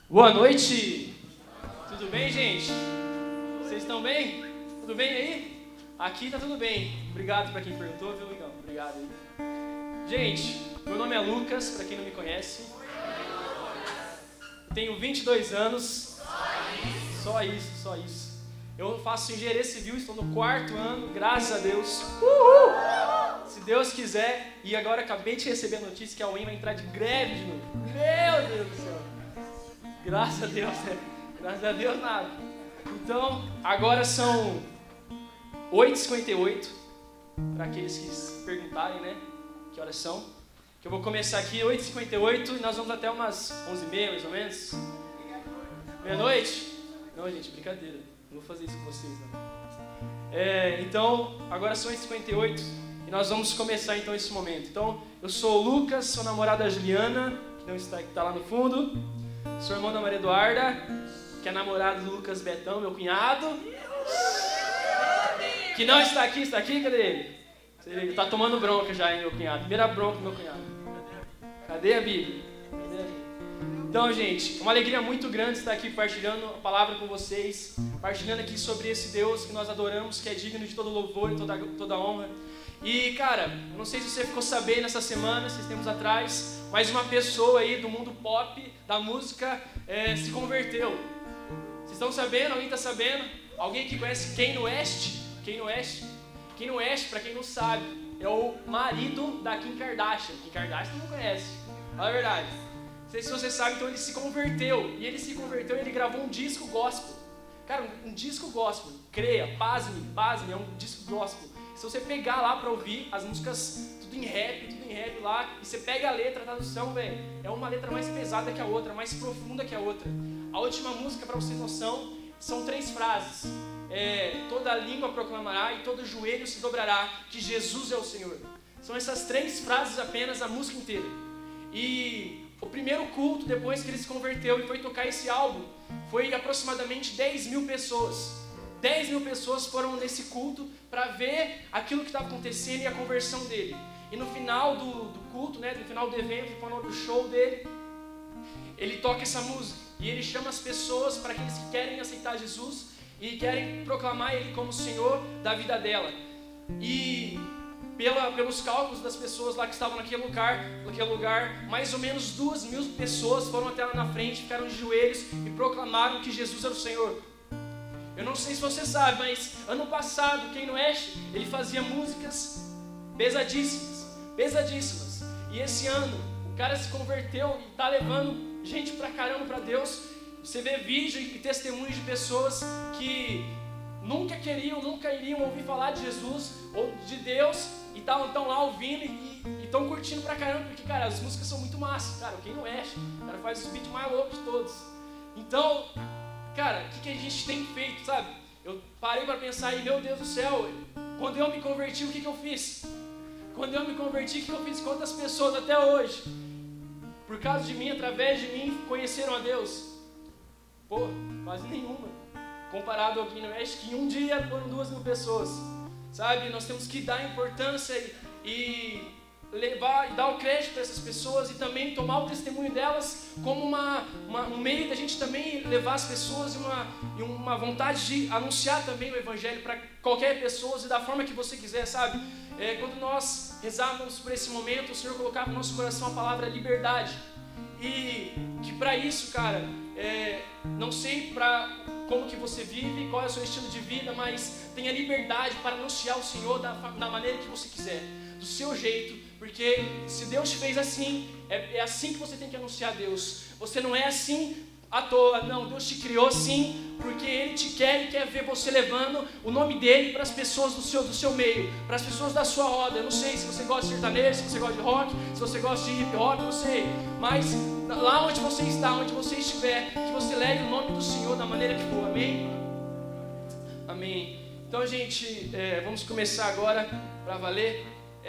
Boa noite! Tudo bem, gente? Vocês estão bem? Tudo bem aí? Aqui tá tudo bem. Obrigado para quem perguntou, viu, Igão? Obrigado aí. Gente, meu nome é Lucas, para quem não me conhece. Eu tenho 22 anos. Só isso. Eu faço engenharia civil, estou no 4º ano, graças a Deus. Uhul! Se Deus quiser. E agora acabei de receber a notícia que a UEM vai entrar de greve de novo. Meu Deus do céu. Graças a Deus, né? Graças a Deus, nada. Então, agora são 8h58. Para aqueles que se perguntarem, né? Que horas são. Que eu vou começar aqui 8h58 e nós vamos até umas 11h30, mais ou menos. Meia-noite? Não, gente, brincadeira. Não vou fazer isso com vocês, não. Então, agora são 8h58 e nós vamos começar então esse momento. Então, eu sou o Lucas, sou namorado da Juliana, que não está, que está lá no fundo. Sou irmão da Maria Eduarda, que é namorado do Lucas Betão, meu cunhado. Que não está aqui, cadê ele? Ele está tomando bronca já, hein, meu cunhado. Primeira bronca do meu cunhado. Cadê a Bíblia? Então, gente, uma alegria muito grande estar aqui partilhando a palavra com vocês, partilhando aqui sobre esse Deus que nós adoramos, que é digno de todo louvor e toda honra. E, cara, eu não sei se você ficou sabendo essa semana, esses tempos atrás, mas uma pessoa aí do mundo pop, da música, se converteu. Vocês estão sabendo? Alguém está sabendo? Alguém que conhece Kanye West? Kanye West, para quem não sabe, é o marido da Kim Kardashian. Kim Kardashian não conhece, fala a verdade. Não sei se você sabe, então ele se converteu. E ele gravou um disco gospel. Cara, um disco gospel. Creia, pasme, é um disco gospel. Se você pegar lá pra ouvir as músicas, tudo em rap lá, e você pega a letra, a tradução, velho, é uma letra mais pesada que a outra, mais profunda que a outra. A última música, pra você ter noção, são 3 frases. Toda língua proclamará e todo joelho se dobrará que Jesus é o Senhor. São essas 3 frases apenas, a música inteira. E o primeiro culto, depois que ele se converteu e foi tocar esse álbum, foi aproximadamente 10 mil pessoas. 10 mil pessoas foram nesse culto para ver aquilo que estava acontecendo e a conversão dele. E no final do culto, né, no final do evento, no final do show dele, ele toca essa música e ele chama as pessoas para aqueles que querem aceitar Jesus e querem proclamar ele como Senhor da vida dela. E pelos cálculos das pessoas lá que estavam naquele lugar, mais ou menos 2 mil pessoas foram até lá na frente, ficaram de joelhos e proclamaram que Jesus era o Senhor. Eu não sei se você sabe, mas ano passado, Kanye West, ele fazia músicas pesadíssimas. E esse ano, o cara se converteu e está levando gente pra caramba pra Deus. Você vê vídeo e testemunhos de pessoas que nunca iriam ouvir falar de Jesus ou de Deus e estão lá ouvindo e estão curtindo pra caramba, porque, cara, as músicas são muito massas. Cara, o Kanye West, o cara faz os beats mais loucos de todos. Então, cara, o que a gente tem feito, sabe? Eu parei para pensar e, meu Deus do céu, quando eu me converti, o que eu fiz? Quantas pessoas até hoje, por causa de mim, através de mim, conheceram a Deus? Pô, quase nenhuma. Comparado ao Kanye West, que em um dia foram 2 mil pessoas. Sabe? Nós temos que dar importância e levar e dar o crédito para essas pessoas e também tomar o testemunho delas como um meio da gente também levar as pessoas e uma vontade de anunciar também o Evangelho para qualquer pessoa e da forma que você quiser, sabe? Quando nós rezávamos por esse momento, o Senhor colocava no nosso coração a palavra liberdade. E que para isso, cara, não sei como que você vive, qual é o seu estilo de vida, mas tenha liberdade para anunciar o Senhor da maneira que você quiser, do seu jeito, porque se Deus te fez assim, é assim que você tem que anunciar a Deus. Você não é assim à toa, não. Deus te criou assim, porque Ele te quer e quer ver você levando o nome dEle para as pessoas do seu meio, para as pessoas da sua roda. Eu não sei se você gosta de sertanejo, se você gosta de rock, se você gosta de hip hop, não sei, mas lá onde você está, onde você estiver, que você leve o nome do Senhor da maneira que for, amém? Amém. Então, gente, vamos começar agora para valer.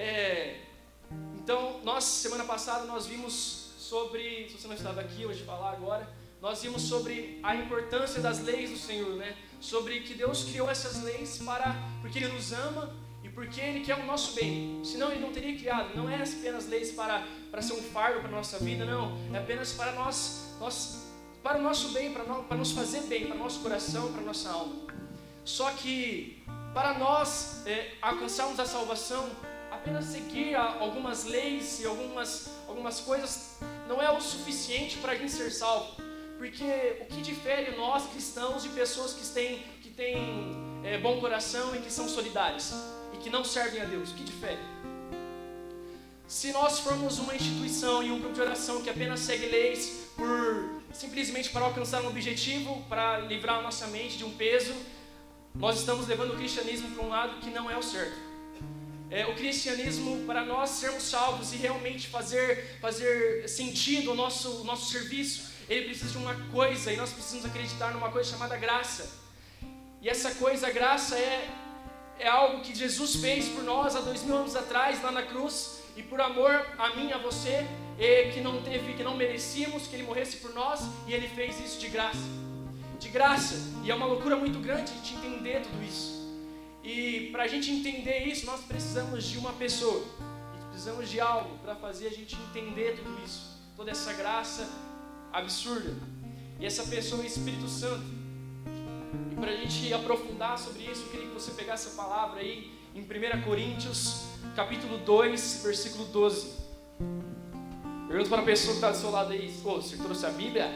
Então, semana passada nós vimos sobre, se você não estava aqui hoje falar agora, nós vimos sobre a importância das leis do Senhor, né? Sobre que Deus criou essas leis porque Ele nos ama e porque Ele quer o nosso bem. Senão Ele não teria criado. Não é apenas leis para ser um fardo para a nossa vida, não. É apenas para nós para o nosso bem, para nos fazer bem, para o nosso coração, para a nossa alma. Só que para nós alcançarmos a salvação, apenas seguir algumas leis e algumas coisas não é o suficiente para a gente ser salvo. Porque o que difere nós cristãos de pessoas que têm bom coração e que são solidárias e que não servem a Deus? O que difere? Se nós formos uma instituição e um grupo de oração que apenas segue leis simplesmente para alcançar um objetivo, para livrar a nossa mente de um peso, nós estamos levando o cristianismo para um lado que não é o certo. O cristianismo, para nós sermos salvos e realmente fazer sentido o nosso serviço, ele precisa de uma coisa, e nós precisamos acreditar numa coisa chamada graça. E essa coisa, a graça, é algo que Jesus fez por nós há 2000 anos atrás, lá na cruz, e por amor a mim e a você, que não merecíamos que ele morresse por nós, e ele fez isso de graça. De graça, e é uma loucura muito grande a gente entender tudo isso. E para a gente entender isso, nós precisamos de uma pessoa, e precisamos de algo para fazer a gente entender tudo isso, toda essa graça absurda. E essa pessoa é o Espírito Santo. E para a gente aprofundar sobre isso, eu queria que você pegasse a palavra aí em 1 Coríntios, capítulo 2, versículo 12. Pergunta para a pessoa que está do seu lado aí: você trouxe a Bíblia?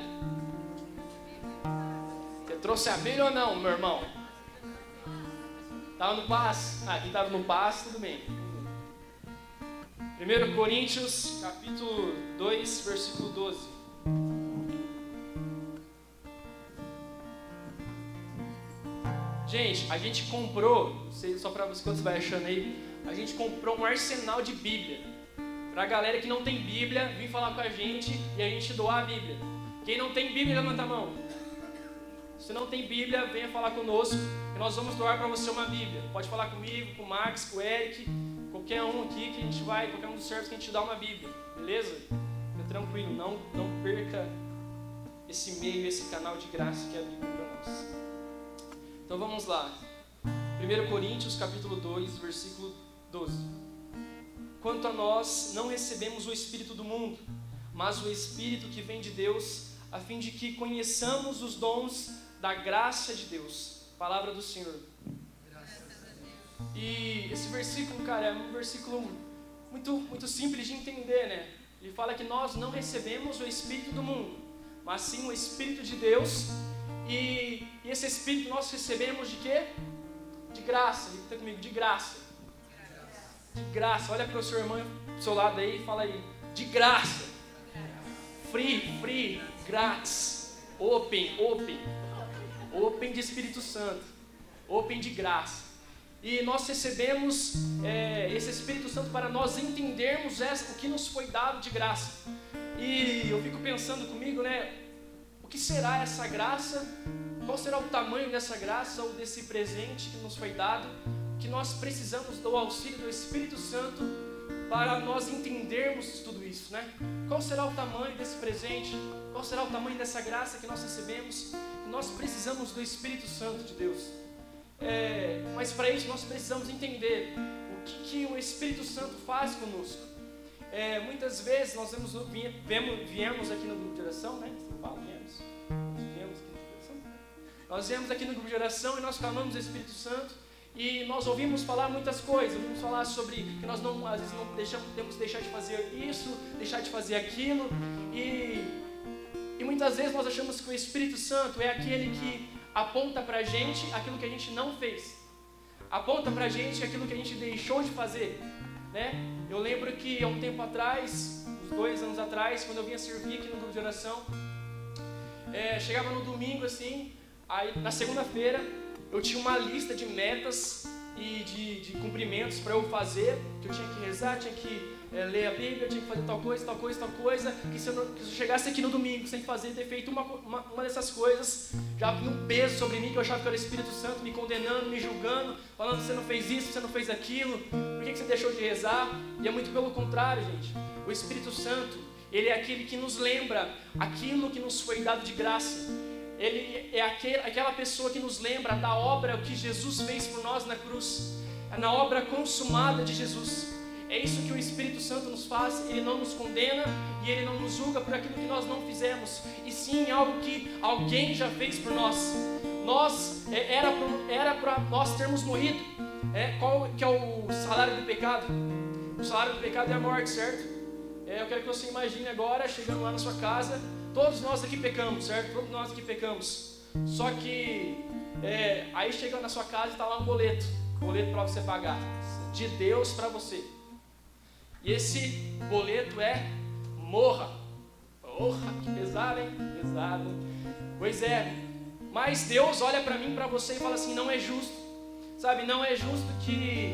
Você trouxe a Bíblia ou não, meu irmão? Estava no passe? Quem estava no passe, tudo bem. 1 Coríntios, capítulo 2, versículo 12. Gente, a gente comprou, só para você, quando você vai achando aí, a gente comprou um arsenal de Bíblia. Para a galera que não tem Bíblia, vir falar com a gente e a gente doar a Bíblia. Quem não tem Bíblia, levanta a mão. Se não tem Bíblia, venha falar conosco, que nós vamos doar para você uma Bíblia. Pode falar comigo, com o Max, com o Eric, qualquer um aqui que a gente vai, qualquer um dos servos que a gente dá uma Bíblia, beleza? Fica tranquilo, não perca esse meio, esse canal de graça que é a Bíblia para nós. Então vamos lá. 1 Coríntios, capítulo 2, versículo 12. Quanto a nós, não recebemos o Espírito do mundo, mas o Espírito que vem de Deus, a fim de que conheçamos os dons da graça de Deus. Palavra do Senhor. E esse versículo, cara, é um versículo muito simples de entender, né? Ele fala que nós não recebemos o Espírito do mundo, mas sim o Espírito de Deus. E esse Espírito nós recebemos de quê? De graça. Repita comigo, de graça. De graça. Olha para o seu irmão do seu lado aí e fala aí, de graça. Free, grátis. Open de Espírito Santo. Open de graça. E nós recebemos esse Espírito Santo para nós entendermos o que nos foi dado de graça. E eu fico pensando comigo, né? O que será essa graça? Qual será o tamanho dessa graça ou desse presente que nos foi dado? Que nós precisamos do auxílio do Espírito Santo para nós entendermos tudo isso, né? Qual será o tamanho desse presente? Qual será o tamanho dessa graça que nós recebemos? Nós precisamos do Espírito Santo de Deus. Mas para isso nós precisamos entender o que o Espírito Santo faz conosco. Muitas vezes nós viemos aqui no grupo de oração, né? Nós viemos aqui no grupo de oração e nós clamamos o Espírito Santo e nós ouvimos falar muitas coisas. Ouvimos falar sobre que nós às vezes temos que deixar de fazer isso, deixar de fazer aquilo. E muitas vezes nós achamos que o Espírito Santo é aquele que aponta pra gente aquilo que a gente não fez. Aponta pra gente aquilo que a gente deixou de fazer, né? Eu lembro que há um tempo atrás, uns 2 anos atrás, quando eu vinha servir aqui no grupo de oração, chegava no domingo assim, aí na segunda-feira eu tinha uma lista de metas e de cumprimentos para eu fazer, que eu tinha que rezar, tinha que ler a Bíblia, tinha que fazer tal coisa, que se eu chegasse aqui no domingo sem ter feito uma dessas coisas, já vinha um peso sobre mim, que eu achava que era o Espírito Santo me condenando, me julgando, falando: você não fez isso, você não fez aquilo, por que você deixou de rezar? E é muito pelo contrário, gente. O Espírito Santo, ele é aquele que nos lembra aquilo que nos foi dado de graça. Ele é aquela pessoa que nos lembra da obra que Jesus fez por nós na cruz, na obra consumada de Jesus. É isso que o Espírito Santo nos faz. Ele não nos condena e Ele não nos julga por aquilo que nós não fizemos, e sim algo que alguém já fez por nós. Era para nós termos morrido. Qual que é o salário do pecado? O salário do pecado é a morte, certo? Eu quero que você imagine agora, chegando lá na sua casa, todos nós aqui pecamos, certo? Todos nós aqui pecamos. Só que aí chega na sua casa e está lá um boleto para você pagar, de Deus para você. E esse boleto é: morra. Porra, que pesado, hein? Pesado. Pois é. Mas Deus olha para mim, para você e fala assim: não é justo. Sabe, não é justo que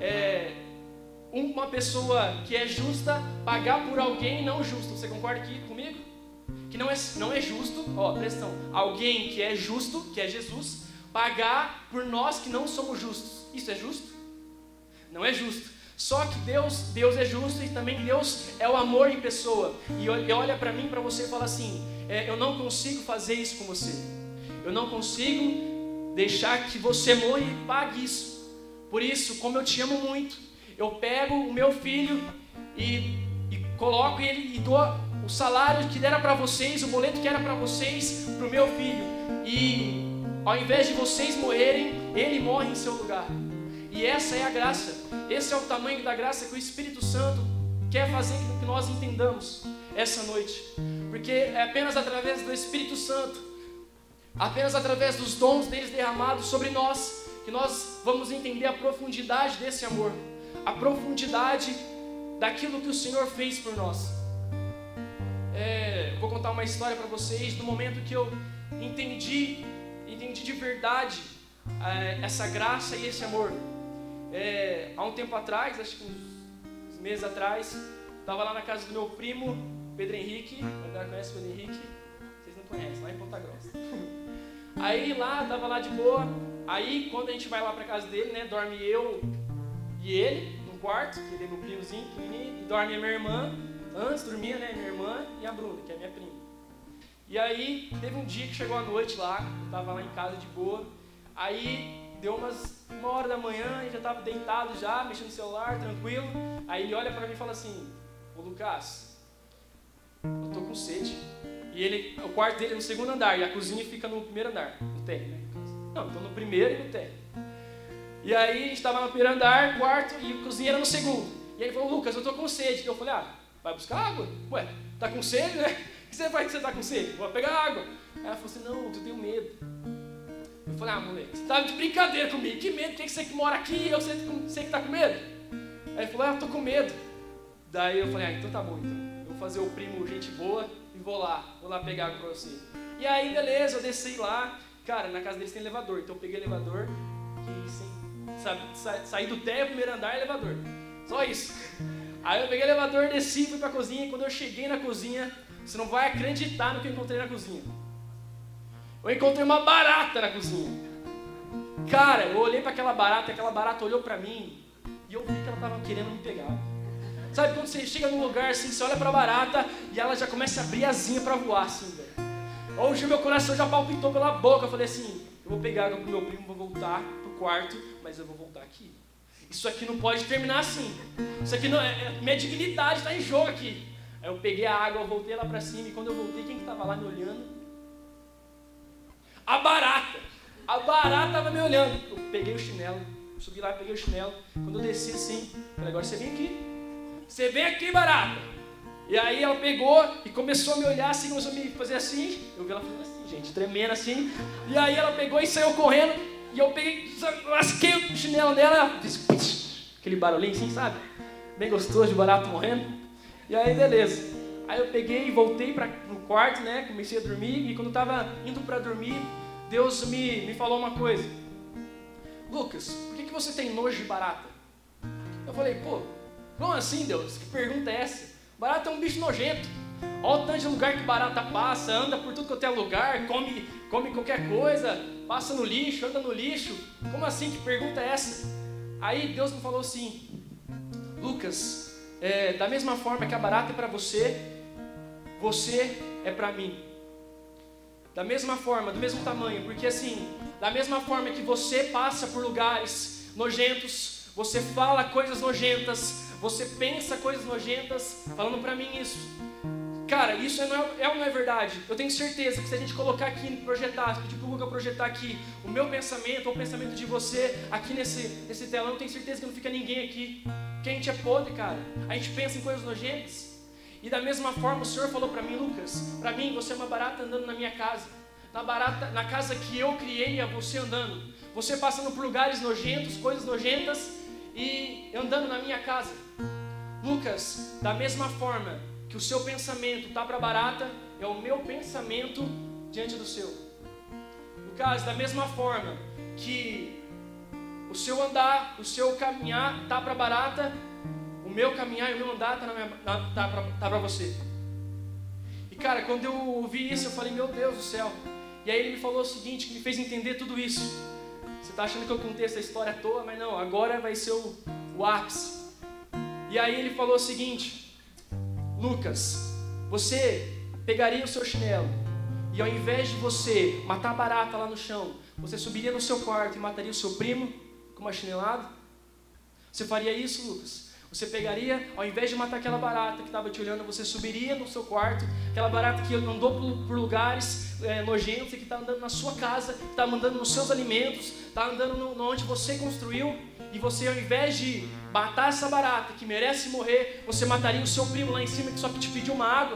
uma pessoa que é justa pagar por alguém não justo. Você concorda aqui comigo? Que não é justo, presta atenção, alguém que é justo, que é Jesus, pagar por nós que não somos justos. Isso é justo? Não é justo. Só que Deus é justo, e também Deus é o amor em pessoa. E olha para mim, para você e fala assim: eu não consigo fazer isso com você. Eu não consigo deixar que você morra e pague isso. Por isso, como eu te amo muito, eu pego o meu filho e coloco ele e dou o salário que era para vocês, o boleto que era para vocês, para o meu filho. E ao invés de vocês morrerem, ele morre em seu lugar. E essa é a graça. Esse é o tamanho da graça que o Espírito Santo quer fazer com que nós entendamos essa noite. Porque é apenas através do Espírito Santo, apenas através dos dons deles derramados sobre nós, que nós vamos entender a profundidade desse amor, a profundidade daquilo que o Senhor fez por nós. Vou contar uma história para vocês do momento que eu entendi de verdade essa graça e esse amor. Há um tempo atrás, acho que uns meses atrás, estava lá na casa do meu primo, Pedro Henrique. Quem conhece o Pedro Henrique? Vocês não conhecem, lá em Ponta Grossa. Aí lá, estava lá de boa. Aí quando a gente vai lá para casa dele, né, dorme eu e ele no quarto, que ele é meu primozinho, pequenininho, e dorme a minha irmã. Antes dormia, né, minha irmã e a Bruna, que é minha prima. E aí teve um dia que chegou a noite lá, eu estava lá em casa de boa. Aí deu umas 1h da manhã e já estava deitado já, mexendo no celular, tranquilo. Aí ele olha para mim e fala assim: ô Lucas, eu tô com sede. E o quarto dele é no segundo andar e a cozinha fica no primeiro andar, no térreo, né? Não, então no primeiro e no térreo. E aí a gente estava no primeiro andar, quarto, e a cozinha era no segundo. E aí ele falou: Lucas, eu tô com sede. E eu falei: vai buscar água? Ué, tá com sede, né? O que você faz que você tá com sede? Vou pegar água. Aí ela falou assim: não, eu tenho medo. Eu falei: moleque, você tá de brincadeira comigo. Que medo? Quem que você que mora aqui e eu sei que tá com medo? Aí ele falou: eu tô com medo. Daí eu falei: então tá bom, então. Eu vou fazer o primo gente boa e vou lá pegar água pra você. E aí, beleza, eu desci lá. Cara, na casa deles tem elevador, então eu peguei o elevador e saí do térreo, primeiro andar, elevador. Só isso. Aí eu peguei o elevador, desci, fui pra cozinha, e quando eu cheguei na cozinha, você não vai acreditar no que eu encontrei na cozinha. Eu encontrei uma barata na cozinha. Cara, eu olhei para aquela barata olhou para mim e eu vi que ela estava querendo me pegar. Sabe quando você chega num lugar assim, você olha para a barata e ela já começa a abrir asinha para voar assim, velho. Hoje o meu coração já palpitou pela boca. Eu falei assim: eu vou pegar água pro meu primo, vou voltar pro quarto, mas eu vou voltar aqui. Isso aqui não pode terminar assim. Isso aqui não minha dignidade está em jogo aqui. Aí eu peguei a água, eu voltei lá para cima, e quando eu voltei, quem que estava lá me olhando? A barata estava me olhando. Eu peguei o chinelo, subi lá e peguei o chinelo. Quando eu desci assim, falei: agora você vem aqui. Você vem aqui, barata. E aí ela pegou e começou a me olhar assim, começou a me fazer assim. Eu vi ela fazendo assim, gente, tremendo assim. E aí ela pegou e saiu correndo. E eu peguei, lasquei o chinelo dela. Fiz aquele barulhinho assim, sabe? Bem gostoso de barato morrendo. E aí, beleza. Aí eu peguei e voltei pro quarto, né? Comecei a dormir. E quando eu estava indo para dormir, Deus me falou uma coisa: Lucas, por que você tem nojo de barata? Eu falei: pô, como assim, Deus? Que pergunta é essa? Barata é um bicho nojento. Olha o tanto de lugar que barata passa, anda por tudo quanto é lugar, come qualquer coisa, passa no lixo, anda no lixo. Como assim? Que pergunta é essa? Aí Deus me falou assim: Lucas, da mesma forma que a barata é para você, você é para mim. Da mesma forma, do mesmo tamanho, porque assim, da mesma forma que você passa por lugares nojentos, você fala coisas nojentas, você pensa coisas nojentas, falando para mim isso. Cara, isso é ou não é verdade? Eu tenho certeza que se a gente colocar aqui, projetar, pedir pro Luca projetar aqui o meu pensamento, ou o pensamento de você, aqui nesse telão, eu tenho certeza que não fica ninguém aqui. Porque a gente é podre, cara. A gente pensa em coisas nojentas. E da mesma forma o Senhor falou para mim, Lucas, para mim você é uma barata andando na minha casa. Na casa que eu criei, é você andando. Você passando por lugares nojentos, coisas nojentas e andando na minha casa. Lucas, da mesma forma que o seu pensamento está para barata, é o meu pensamento diante do seu. Lucas, da mesma forma que o seu andar, o seu caminhar está para barata, o meu caminhar e o meu andar tá para você. E cara, quando eu ouvi isso, eu falei, meu Deus do céu. E aí ele me falou o seguinte, que me fez entender tudo isso. Você está achando que eu contei essa história à toa, mas não, agora vai ser o ápice. E aí ele falou o seguinte, Lucas, você pegaria o seu chinelo e ao invés de você matar a barata lá no chão, você subiria no seu quarto e mataria o seu primo com uma chinelada? Você faria isso, Lucas? Você pegaria, ao invés de matar aquela barata que estava te olhando, você subiria no seu quarto, aquela barata que andou por lugares nojentos e que está andando na sua casa, que está andando nos seus alimentos, está andando onde você construiu, e você, ao invés de matar essa barata que merece morrer, você mataria o seu primo lá em cima que só te pediu uma água.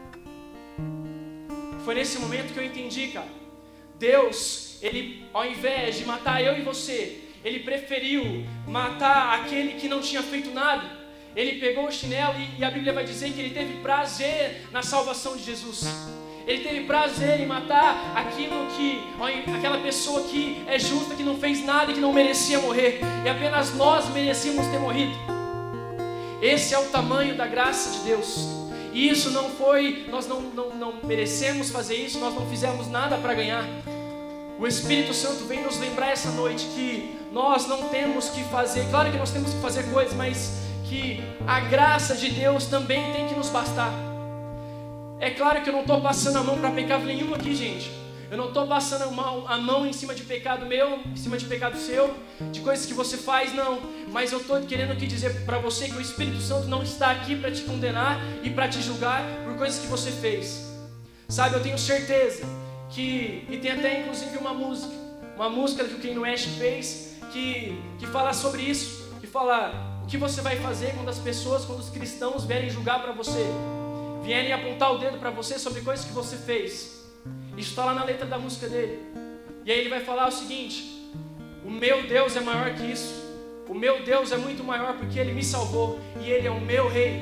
Foi nesse momento que eu entendi, cara. Deus, Ele, ao invés de matar eu e você, Ele preferiu matar aquele que não tinha feito nada. Ele pegou o chinelo e a Bíblia vai dizer que Ele teve prazer na salvação de Jesus. Ele teve prazer em matar aquela pessoa que é justa, que não fez nada e que não merecia morrer. E apenas nós merecíamos ter morrido. Esse é o tamanho da graça de Deus. E isso não foi, nós não merecemos fazer isso, nós não fizemos nada para ganhar. O Espírito Santo vem nos lembrar essa noite que nós não temos que fazer, claro que nós temos que fazer coisas, mas que a graça de Deus também tem que nos bastar. É claro que eu não estou passando a mão para pecado nenhum aqui, gente. Eu não estou passando a mão em cima de pecado meu, em cima de pecado seu, de coisas que você faz, não. Mas eu estou querendo aqui dizer para você que o Espírito Santo não está aqui para te condenar e para te julgar por coisas que você fez. Sabe, eu tenho certeza e tem até inclusive uma música que o Kanye West fez, que fala sobre isso, que fala o que você vai fazer quando os cristãos vierem julgar para você, vierem apontar o dedo para você sobre coisas que você fez. Isso está lá na letra da música dele. E aí ele vai falar o seguinte: o meu Deus é maior que isso. O meu Deus é muito maior porque Ele me salvou. E Ele é o meu rei.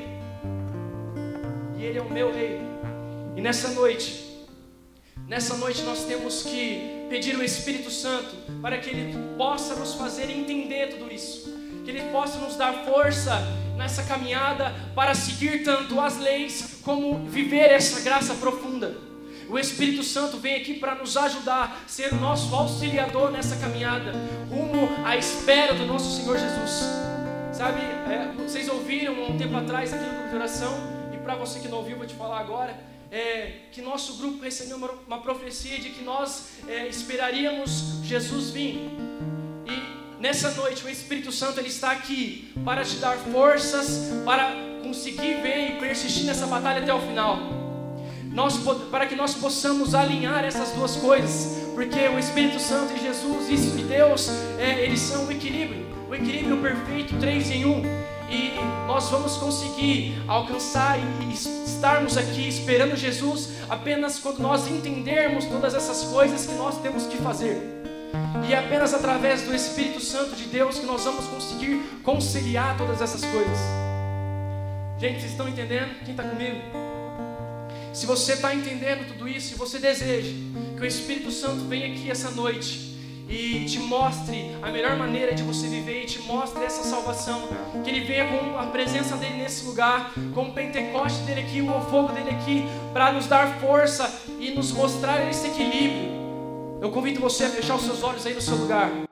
E nessa noite nós temos que pedir o Espírito Santo para que Ele possa nos fazer entender tudo isso. Que Ele possa nos dar força nessa caminhada para seguir tanto as leis como viver essa graça profunda. O Espírito Santo vem aqui para nos ajudar, ser o nosso auxiliador nessa caminhada, rumo à espera do nosso Senhor Jesus. Sabe, vocês ouviram há um tempo atrás aqui no grupo de oração, e para você que não ouviu, vou te falar agora, que nosso grupo recebeu uma profecia de que nós esperaríamos Jesus vir. E nessa noite o Espírito Santo ele está aqui para te dar forças, para conseguir ver e persistir nessa batalha até o final. Para que nós possamos alinhar essas duas coisas, porque o Espírito Santo e Jesus e Deus, eles são o equilíbrio perfeito, 3 em 1, e nós vamos conseguir alcançar e estarmos aqui esperando Jesus apenas quando nós entendermos todas essas coisas que nós temos que fazer, e é apenas através do Espírito Santo de Deus que nós vamos conseguir conciliar todas essas coisas. Gente, vocês estão entendendo? Quem está comigo? Se você está entendendo tudo isso, se você deseja que o Espírito Santo venha aqui essa noite e te mostre a melhor maneira de você viver e te mostre essa salvação, que Ele venha com a presença dEle nesse lugar, com o Pentecoste dEle aqui, o fogo dEle aqui, para nos dar força e nos mostrar esse equilíbrio. Eu convido você a fechar os seus olhos aí no seu lugar.